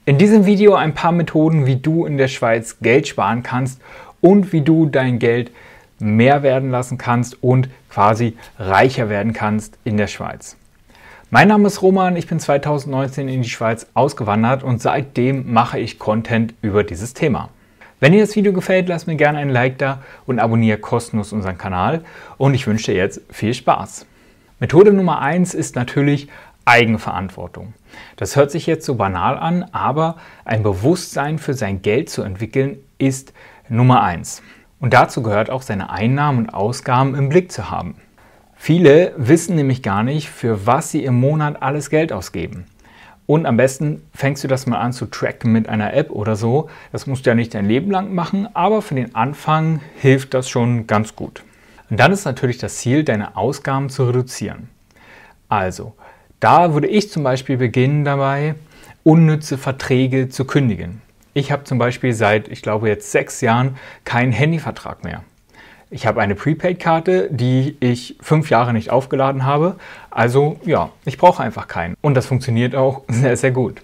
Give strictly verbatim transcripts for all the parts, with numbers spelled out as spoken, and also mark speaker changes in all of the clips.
Speaker 1: In diesem Video ein paar Methoden, wie du in der Schweiz Geld sparen kannst und wie du dein Geld mehr werden lassen kannst und quasi reicher werden kannst in der Schweiz. Mein Name ist Roman, ich bin zweitausendneunzehn in die Schweiz ausgewandert und seitdem mache ich Content über dieses Thema. Wenn dir das Video gefällt, lass mir gerne ein Like da und abonniere kostenlos unseren Kanal und ich wünsche dir jetzt viel Spaß. Methode Nummer eins ist natürlich Eigenverantwortung. Das hört sich jetzt so banal an, aber ein Bewusstsein für sein Geld zu entwickeln ist Nummer eins. Und dazu gehört auch seine Einnahmen und Ausgaben im Blick zu haben. Viele wissen nämlich gar nicht, für was sie im Monat alles Geld ausgeben. Und am besten fängst du das mal an zu tracken mit einer App oder so. Das musst du ja nicht dein Leben lang machen, aber für den Anfang hilft das schon ganz gut. Und dann ist natürlich das Ziel, deine Ausgaben zu reduzieren. Also, da würde ich zum Beispiel beginnen dabei, unnütze Verträge zu kündigen. Ich habe zum Beispiel seit, ich glaube jetzt sechs Jahren, keinen Handyvertrag mehr. Ich habe eine Prepaid-Karte, die ich fünf Jahre nicht aufgeladen habe. Also ja, ich brauche einfach keinen. Und das funktioniert auch sehr, sehr gut.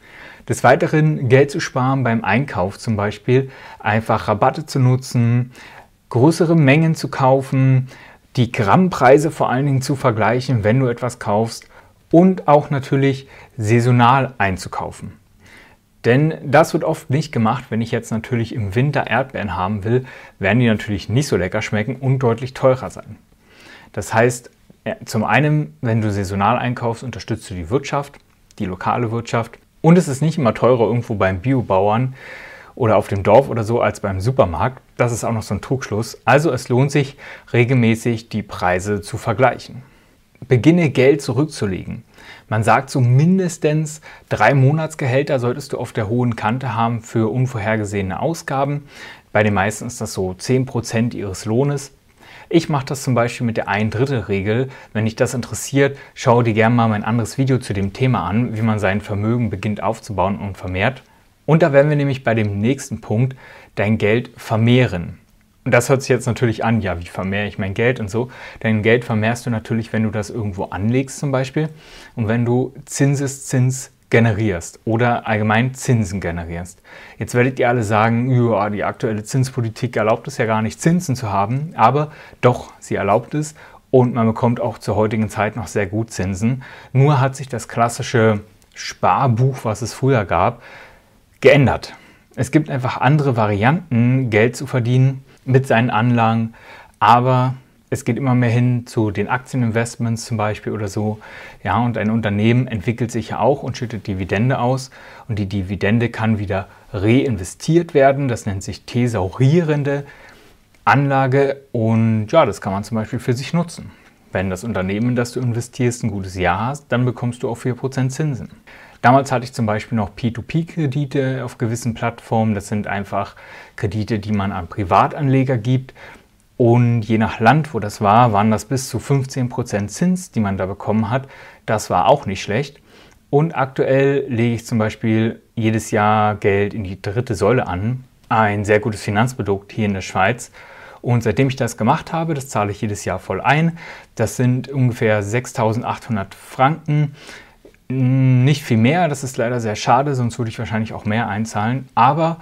Speaker 1: Des Weiteren Geld zu sparen beim Einkauf zum Beispiel, einfach Rabatte zu nutzen, größere Mengen zu kaufen, die Grammpreise vor allen Dingen zu vergleichen, wenn du etwas kaufst und auch natürlich saisonal einzukaufen. Denn das wird oft nicht gemacht. Wenn ich jetzt natürlich im Winter Erdbeeren haben will, werden die natürlich nicht so lecker schmecken und deutlich teurer sein. Das heißt, zum einen, wenn du saisonal einkaufst, unterstützt du die Wirtschaft, die lokale Wirtschaft. Und es ist nicht immer teurer irgendwo beim Biobauern oder auf dem Dorf oder so als beim Supermarkt. Das ist auch noch so ein Trugschluss. Also es lohnt sich, regelmäßig die Preise zu vergleichen. Beginne Geld zurückzulegen. Man sagt so mindestens drei Monatsgehälter solltest du auf der hohen Kante haben für unvorhergesehene Ausgaben. Bei den meisten ist das so zehn Prozent ihres Lohnes. Ich mache das zum Beispiel mit der Ein-Drittel-Regel. Wenn dich das interessiert, schau dir gerne mal mein anderes Video zu dem Thema an, wie man sein Vermögen beginnt aufzubauen und vermehrt. Und da wären wir nämlich bei dem nächsten Punkt, dein Geld vermehren. Und das hört sich jetzt natürlich an, ja, wie vermehre ich mein Geld und so. Dein Geld vermehrst du natürlich, wenn du das irgendwo anlegst zum Beispiel und wenn du Zinseszins generierst oder allgemein Zinsen generierst. Jetzt werdet ihr alle sagen, ja, die aktuelle Zinspolitik erlaubt es ja gar nicht, Zinsen zu haben, aber doch, sie erlaubt es und man bekommt auch zur heutigen Zeit noch sehr gut Zinsen. Nur hat sich das klassische Sparbuch, was es früher gab, geändert. Es gibt einfach andere Varianten, Geld zu verdienen mit seinen Anlagen, aber es geht immer mehr hin zu den Aktieninvestments zum Beispiel oder so. Ja, und ein Unternehmen entwickelt sich ja auch und schüttet Dividende aus und die Dividende kann wieder reinvestiert werden. Das nennt sich thesaurierende Anlage und ja, das kann man zum Beispiel für sich nutzen. Wenn das Unternehmen, in das du investierst, ein gutes Jahr hast, dann bekommst du auch vier Prozent Zinsen. Damals hatte ich zum Beispiel noch P to P-Kredite auf gewissen Plattformen. Das sind einfach Kredite, die man an Privatanleger gibt. Und je nach Land, wo das war, waren das bis zu fünfzehn Prozent Zins, die man da bekommen hat. Das war auch nicht schlecht. Und aktuell lege ich zum Beispiel jedes Jahr Geld in die dritte Säule an. Ein sehr gutes Finanzprodukt hier in der Schweiz. Und seitdem ich das gemacht habe, das zahle ich jedes Jahr voll ein. Das sind ungefähr sechstausendachthundert Franken. Nicht viel mehr, das ist leider sehr schade, sonst würde ich wahrscheinlich auch mehr einzahlen. Aber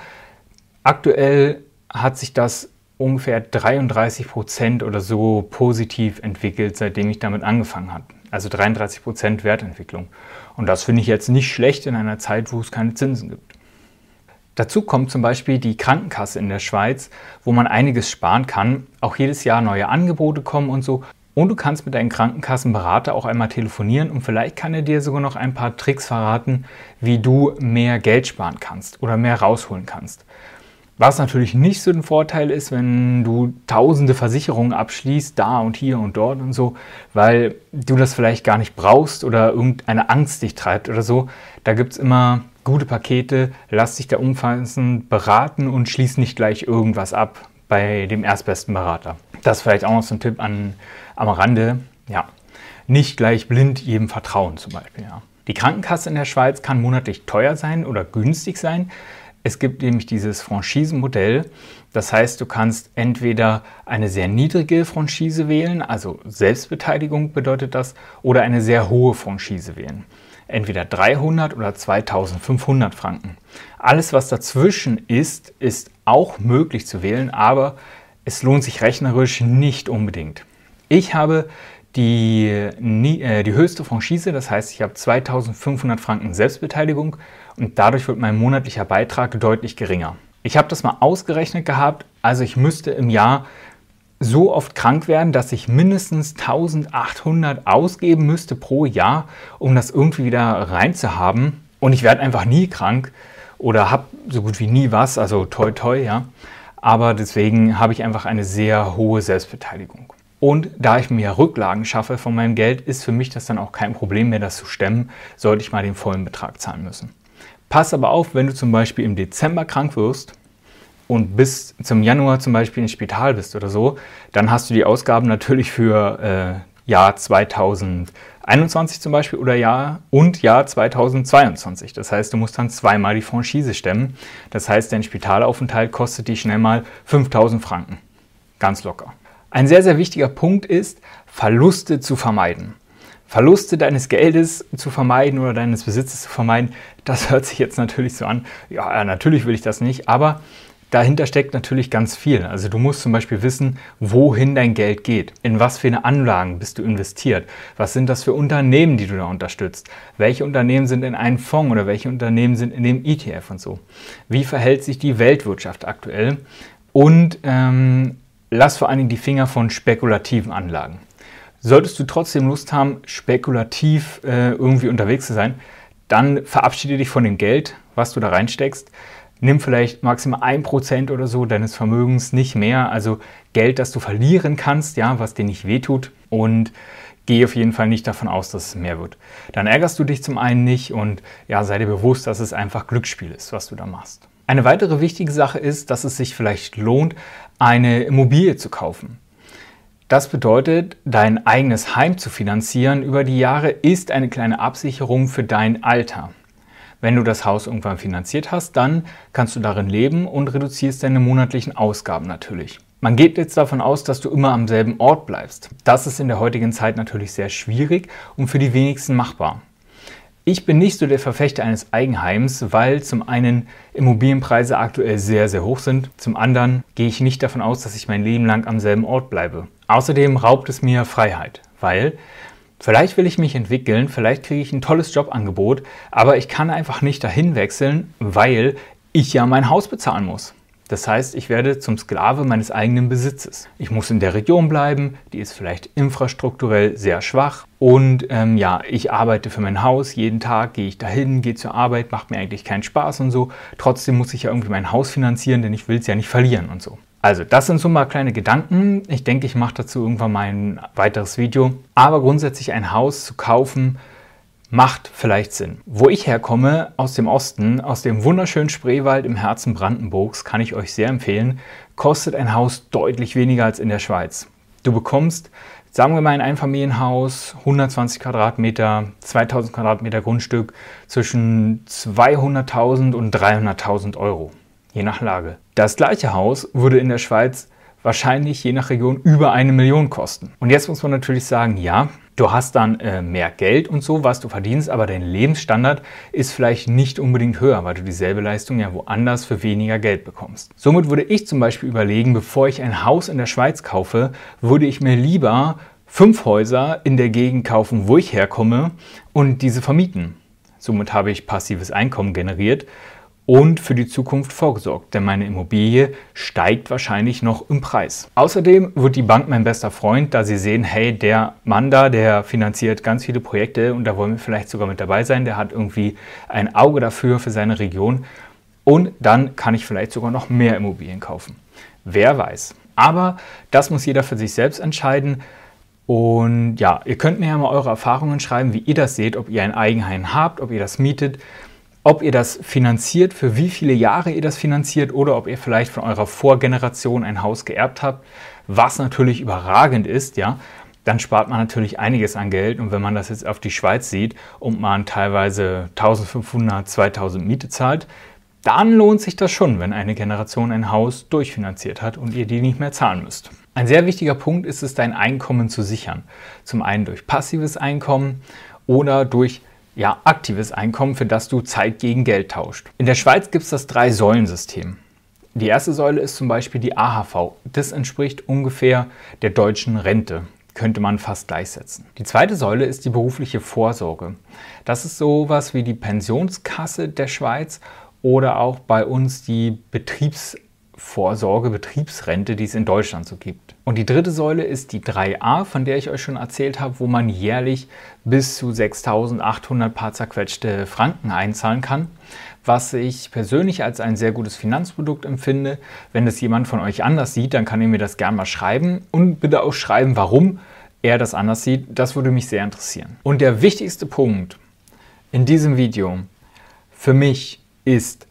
Speaker 1: aktuell hat sich das ungefähr dreiunddreißig Prozent oder so positiv entwickelt, seitdem ich damit angefangen habe. Also dreiunddreißig Prozent Wertentwicklung. Und das finde ich jetzt nicht schlecht in einer Zeit, wo es keine Zinsen gibt. Dazu kommt zum Beispiel die Krankenkasse in der Schweiz, wo man einiges sparen kann. Auch jedes Jahr neue Angebote kommen und so. Und du kannst mit deinem Krankenkassenberater auch einmal telefonieren und vielleicht kann er dir sogar noch ein paar Tricks verraten, wie du mehr Geld sparen kannst oder mehr rausholen kannst. Was natürlich nicht so ein Vorteil ist, wenn du tausende Versicherungen abschließt, da und hier und dort und so, weil du das vielleicht gar nicht brauchst oder irgendeine Angst dich treibt oder so. Da gibt es immer gute Pakete, lass dich da umfassend beraten und schließ nicht gleich irgendwas ab bei dem erstbesten Berater. Das ist vielleicht auch noch so ein Tipp an, am Rande. Ja, nicht gleich blind jedem vertrauen zum Beispiel. Ja. Die Krankenkasse in der Schweiz kann monatlich teuer sein oder günstig sein. Es gibt nämlich dieses Franchisenmodell. Das heißt, du kannst entweder eine sehr niedrige Franchise wählen, also Selbstbeteiligung bedeutet das, oder eine sehr hohe Franchise wählen. entweder dreihundert oder zweitausendfünfhundert Franken. Alles, was dazwischen ist, ist auch möglich zu wählen, aber es lohnt sich rechnerisch nicht unbedingt. Ich habe die, äh, die höchste Franchise, das heißt, ich habe zweitausendfünfhundert Franken Selbstbeteiligung und dadurch wird mein monatlicher Beitrag deutlich geringer. Ich habe das mal ausgerechnet gehabt, also ich müsste im Jahr so oft krank werden, dass ich mindestens eintausendachthundert ausgeben müsste pro Jahr, um das irgendwie wieder reinzuhaben. Und ich werde einfach nie krank oder habe so gut wie nie was, also toi toi, ja. Aber deswegen habe ich einfach eine sehr hohe Selbstbeteiligung. Und da ich mir Rücklagen schaffe von meinem Geld, ist für mich das dann auch kein Problem mehr, das zu stemmen, sollte ich mal den vollen Betrag zahlen müssen. Pass aber auf, wenn du zum Beispiel im Dezember krank wirst und bis zum Januar zum Beispiel ins Spital bist oder so, dann hast du die Ausgaben natürlich für äh, Jahr zweitausendeinundzwanzig zum Beispiel oder Jahr und Jahr zweitausendzweiundzwanzig. Das heißt, du musst dann zweimal die Franchise stemmen. Das heißt, dein Spitalaufenthalt kostet dich schnell mal fünftausend Franken. Ganz locker. Ein sehr, sehr wichtiger Punkt ist, Verluste zu vermeiden. Verluste deines Geldes zu vermeiden oder deines Besitzes zu vermeiden, das hört sich jetzt natürlich so an. Ja, natürlich will ich das nicht, aber dahinter steckt natürlich ganz viel. Also du musst zum Beispiel wissen, wohin dein Geld geht. In was für eine Anlagen bist du investiert? Was sind das für Unternehmen, die du da unterstützt? Welche Unternehmen sind in einem Fonds oder welche Unternehmen sind in dem E T F und so? Wie verhält sich die Weltwirtschaft aktuell? Und ähm, lass vor allen Dingen die Finger von spekulativen Anlagen. Solltest du trotzdem Lust haben, spekulativ äh, irgendwie unterwegs zu sein, dann verabschiede dich von dem Geld, was du da reinsteckst. Nimm vielleicht maximal ein Prozent oder so deines Vermögens, nicht mehr. Also Geld, das du verlieren kannst, ja, was dir nicht wehtut. Und geh auf jeden Fall nicht davon aus, dass es mehr wird. Dann ärgerst du dich zum einen nicht und ja, sei dir bewusst, dass es einfach Glücksspiel ist, was du da machst. Eine weitere wichtige Sache ist, dass es sich vielleicht lohnt, eine Immobilie zu kaufen. Das bedeutet, dein eigenes Heim zu finanzieren über die Jahre ist eine kleine Absicherung für dein Alter. Wenn du das Haus irgendwann finanziert hast, dann kannst du darin leben und reduzierst deine monatlichen Ausgaben natürlich. Man geht jetzt davon aus, dass du immer am selben Ort bleibst. Das ist in der heutigen Zeit natürlich sehr schwierig und für die wenigsten machbar. Ich bin nicht so der Verfechter eines Eigenheims, weil zum einen Immobilienpreise aktuell sehr, sehr hoch sind. Zum anderen gehe ich nicht davon aus, dass ich mein Leben lang am selben Ort bleibe. Außerdem raubt es mir Freiheit, weil vielleicht will ich mich entwickeln, vielleicht kriege ich ein tolles Jobangebot, aber ich kann einfach nicht dahin wechseln, weil ich ja mein Haus bezahlen muss. Das heißt, ich werde zum Sklave meines eigenen Besitzes. Ich muss in der Region bleiben, die ist vielleicht infrastrukturell sehr schwach. Und ähm, ja, ich arbeite für mein Haus, jeden Tag gehe ich dahin, gehe zur Arbeit, macht mir eigentlich keinen Spaß und so. Trotzdem muss ich ja irgendwie mein Haus finanzieren, denn ich will es ja nicht verlieren und so. Also das sind so mal kleine Gedanken. Ich denke, ich mache dazu irgendwann mal ein weiteres Video. Aber grundsätzlich ein Haus zu kaufen, macht vielleicht Sinn. Wo ich herkomme, aus dem Osten, aus dem wunderschönen Spreewald im Herzen Brandenburgs, kann ich euch sehr empfehlen, kostet ein Haus deutlich weniger als in der Schweiz. Du bekommst, sagen wir mal, ein Einfamilienhaus, hundertzwanzig Quadratmeter, zweitausend Quadratmeter Grundstück, zwischen zweihunderttausend und dreihunderttausend Euro, je nach Lage. Das gleiche Haus würde in der Schweiz wahrscheinlich je nach Region über eine Million kosten. Und jetzt muss man natürlich sagen, ja, du hast dann äh, mehr Geld und so, was du verdienst, aber dein Lebensstandard ist vielleicht nicht unbedingt höher, weil du dieselbe Leistung ja woanders für weniger Geld bekommst. Somit würde ich zum Beispiel überlegen, bevor ich ein Haus in der Schweiz kaufe, würde ich mir lieber fünf Häuser in der Gegend kaufen, wo ich herkomme und diese vermieten. Somit habe ich passives Einkommen generiert und für die Zukunft vorgesorgt, denn meine Immobilie steigt wahrscheinlich noch im Preis. Außerdem wird die Bank mein bester Freund, da sie sehen, hey, der Mann da, der finanziert ganz viele Projekte und da wollen wir vielleicht sogar mit dabei sein, der hat irgendwie ein Auge dafür, für seine Region und dann kann ich vielleicht sogar noch mehr Immobilien kaufen. Wer weiß. Aber das muss jeder für sich selbst entscheiden. Und ja, ihr könnt mir ja mal eure Erfahrungen schreiben, wie ihr das seht, ob ihr ein Eigenheim habt, ob ihr das mietet, ob ihr das finanziert, für wie viele Jahre ihr das finanziert oder ob ihr vielleicht von eurer Vorgeneration ein Haus geerbt habt, was natürlich überragend ist, ja, dann spart man natürlich einiges an Geld und wenn man das jetzt auf die Schweiz sieht und man teilweise eintausendfünfhundert, zweitausend Miete zahlt, dann lohnt sich das schon, wenn eine Generation ein Haus durchfinanziert hat und ihr die nicht mehr zahlen müsst. Ein sehr wichtiger Punkt ist es, dein Einkommen zu sichern. Zum einen durch passives Einkommen oder durch ja, aktives Einkommen, für das du Zeit gegen Geld tauscht. In der Schweiz gibt es das Drei-Säulen-System. Die erste Säule ist zum Beispiel die A H V. Das entspricht ungefähr der deutschen Rente, könnte man fast gleichsetzen. Die zweite Säule ist die berufliche Vorsorge. Das ist sowas wie die Pensionskasse der Schweiz oder auch bei uns die Betriebsvorsorge, Betriebsrente, die es in Deutschland so gibt. Und die dritte Säule ist die drei a, von der ich euch schon erzählt habe, wo man jährlich bis zu sechstausendachthundert paar zerquetschte Franken einzahlen kann, was ich persönlich als ein sehr gutes Finanzprodukt empfinde. Wenn das jemand von euch anders sieht, dann kann ihr mir das gerne mal schreiben und bitte auch schreiben, warum er das anders sieht. Das würde mich sehr interessieren. Und der wichtigste Punkt in diesem Video für mich ist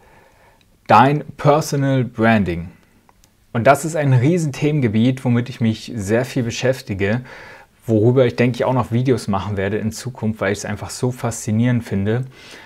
Speaker 1: dein Personal Branding. Und das ist ein riesen Themengebiet, womit ich mich sehr viel beschäftige, worüber ich denke ich auch noch Videos machen werde in Zukunft, weil ich es einfach so faszinierend finde.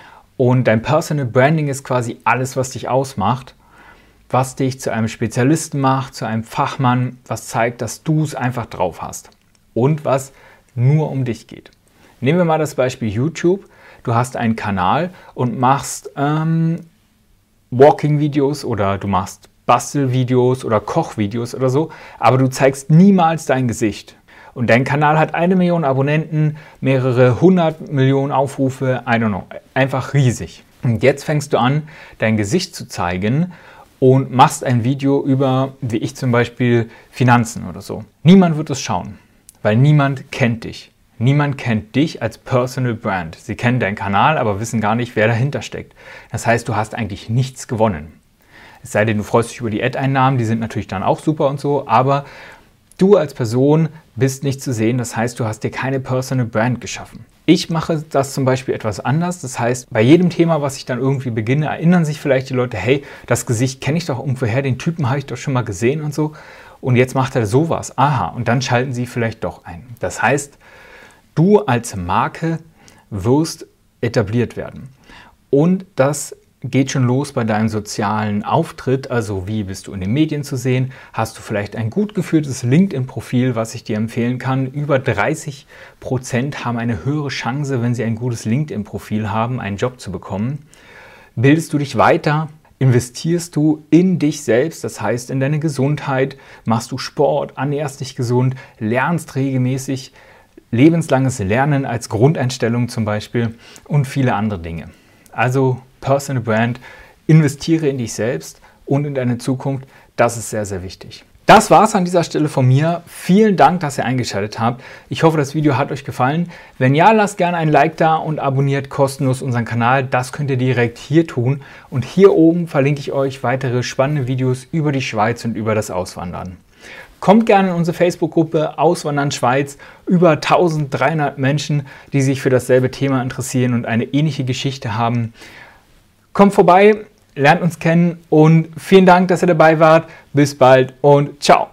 Speaker 1: Und dein Personal Branding ist quasi alles, was dich ausmacht, was dich zu einem Spezialisten macht, zu einem Fachmann, was zeigt, dass du es einfach drauf hast und was nur um dich geht. Nehmen wir mal das Beispiel YouTube. Du hast einen Kanal und machst ähm, Walking-Videos oder du machst Bastelvideos oder Kochvideos oder so, aber du zeigst niemals dein Gesicht. Und dein Kanal hat eine Million Abonnenten, mehrere hundert Millionen Aufrufe, I don't know, einfach riesig. Und jetzt fängst du an, dein Gesicht zu zeigen und machst ein Video über, wie ich zum Beispiel, Finanzen oder so. Niemand wird es schauen, weil niemand kennt dich. Niemand kennt dich als Personal Brand. Sie kennen deinen Kanal, aber wissen gar nicht, wer dahinter steckt. Das heißt, du hast eigentlich nichts gewonnen. Es sei denn, du freust dich über die Ad-Einnahmen, die sind natürlich dann auch super und so, aber du als Person bist nicht zu sehen, das heißt, du hast dir keine Personal Brand geschaffen. Ich mache das zum Beispiel etwas anders, das heißt, bei jedem Thema, was ich dann irgendwie beginne, erinnern sich vielleicht die Leute, hey, das Gesicht kenne ich doch irgendwoher, den Typen habe ich doch schon mal gesehen und so und jetzt macht er sowas, aha, und dann schalten sie vielleicht doch ein. Das heißt, du als Marke wirst etabliert werden und das geht schon los bei deinem sozialen Auftritt, also wie bist du in den Medien zu sehen, hast du vielleicht ein gut geführtes LinkedIn-Profil, was ich dir empfehlen kann. Über dreißig Prozent haben eine höhere Chance, wenn sie ein gutes LinkedIn-Profil haben, einen Job zu bekommen. Bildest du dich weiter, investierst du in dich selbst, das heißt in deine Gesundheit, machst du Sport, ernährst dich gesund, lernst regelmäßig, lebenslanges Lernen als Grundeinstellung zum Beispiel und viele andere Dinge. Also Personal Brand, investiere in dich selbst und in deine Zukunft, das ist sehr, sehr wichtig. Das war es an dieser Stelle von mir. Vielen Dank, dass ihr eingeschaltet habt. Ich hoffe, das Video hat euch gefallen. Wenn ja, lasst gerne ein Like da und abonniert kostenlos unseren Kanal. Das könnt ihr direkt hier tun. Und hier oben verlinke ich euch weitere spannende Videos über die Schweiz und über das Auswandern. Kommt gerne in unsere Facebook-Gruppe Auswandern Schweiz. Über eintausenddreihundert Menschen, die sich für dasselbe Thema interessieren und eine ähnliche Geschichte haben. Kommt vorbei, lernt uns kennen und vielen Dank, dass ihr dabei wart. Bis bald und ciao.